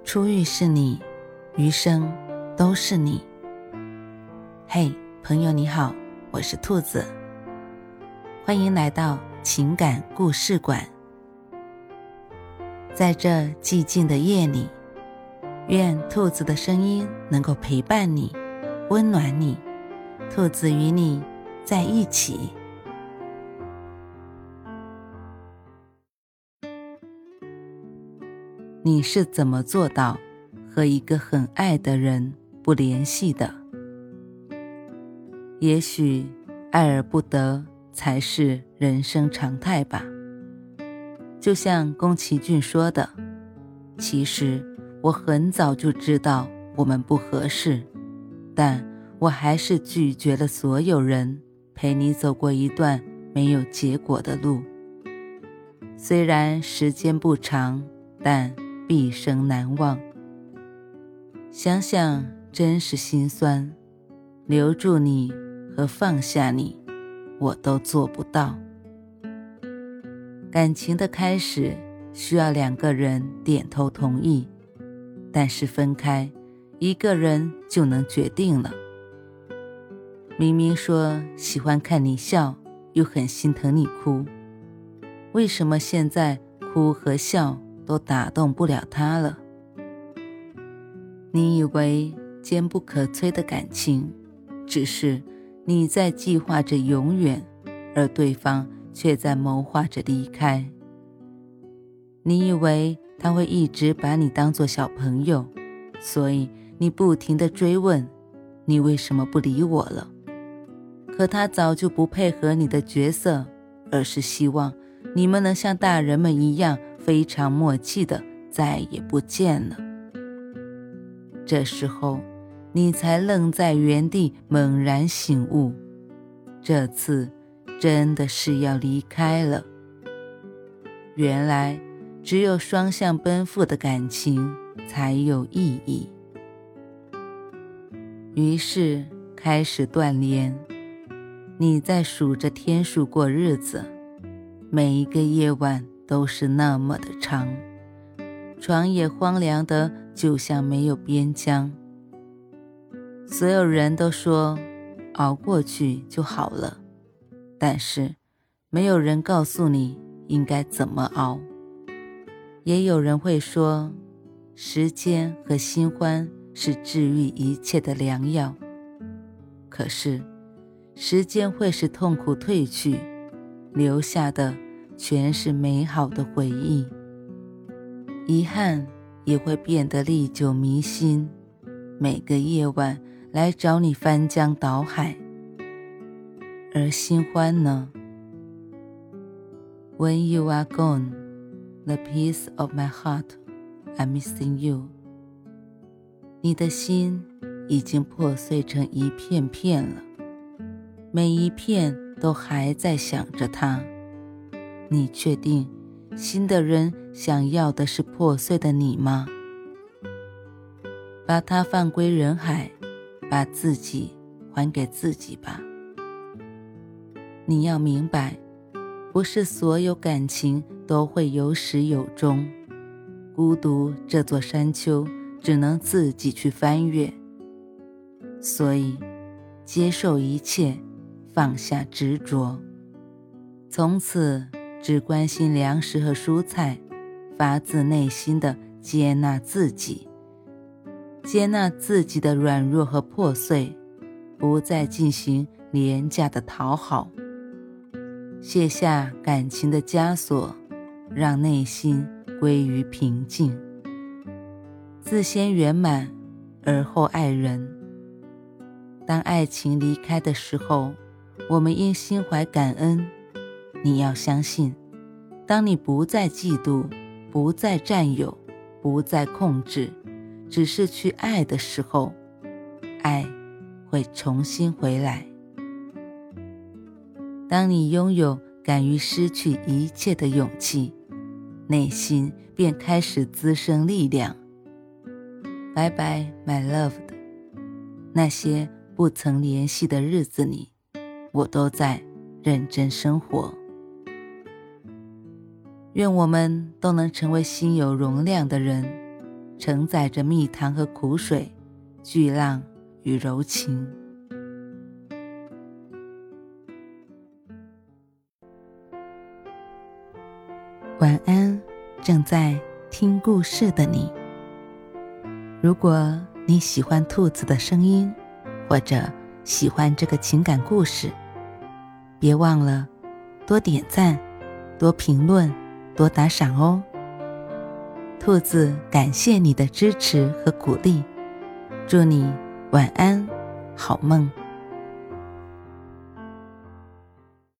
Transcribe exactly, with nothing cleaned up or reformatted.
初遇是你，余生都是你。嘿，朋友你好，我是兔子，欢迎来到情感故事馆。在这寂静的夜里，愿兔子的声音能够陪伴你，温暖你，兔子与你在一起。你是怎么做到和一个很爱的人不联系的？也许爱而不得才是人生常态吧。就像宫崎骏说的，其实我很早就知道我们不合适，但我还是拒绝了所有人陪你走过一段没有结果的路。虽然时间不长，但毕生难忘。想想真是心酸，留住你和放下你，我都做不到。感情的开始需要两个人点头同意，但是分开，一个人就能决定了。明明说喜欢看你笑，又很心疼你哭，为什么现在哭和笑都打动不了他了？你以为坚不可摧的感情，只是你在计划着永远，而对方却在谋划着离开。你以为他会一直把你当作小朋友，所以你不停地追问，你为什么不理我了？可他早就不配合你的角色，而是希望你们能像大人们一样非常默契的再也不见了。这时候你才愣在原地，猛然醒悟，这次真的是要离开了。原来只有双向奔赴的感情才有意义。于是开始断联，你在数着天数过日子，每一个夜晚都是那么的长，床也荒凉的就像没有边疆。所有人都说熬过去就好了，但是没有人告诉你应该怎么熬。也有人会说，时间和新欢是治愈一切的良药，可是时间会使痛苦褪去，留下的全是美好的回忆。遗憾也会变得历久弥新，每个夜晚来找你翻江倒海。而新欢呢？ When you are gone, the piece of my heart, I'm missing you. 你的心已经破碎成一片片了，每一片都还在想着他。你确定新的人想要的是破碎的你吗？把它放归人海，把自己还给自己吧。你要明白，不是所有感情都会有始有终，孤独这座山丘只能自己去翻越。所以接受一切，放下执着，从此只关心粮食和蔬菜，发自内心的接纳自己，接纳自己的软弱和破碎，不再进行廉价的讨好，卸下感情的枷锁，让内心归于平静。自先圆满，而后爱人。当爱情离开的时候，我们应心怀感恩。你要相信，当你不再嫉妒，不再占有，不再控制，只是去爱的时候，爱会重新回来。当你拥有敢于失去一切的勇气，内心便开始滋生力量。拜拜 my loved， 那些不曾联系的日子里，我都在认真生活。愿我们都能成为心有容量的人， 承载着蜜糖和苦水，巨浪与柔情。晚安，正在听故事的你。如果你喜欢兔子的声音，或者喜欢这个情感故事，别忘了多点赞、多评论、多打赏哦。兔子感谢你的支持和鼓励，祝你晚安，好梦。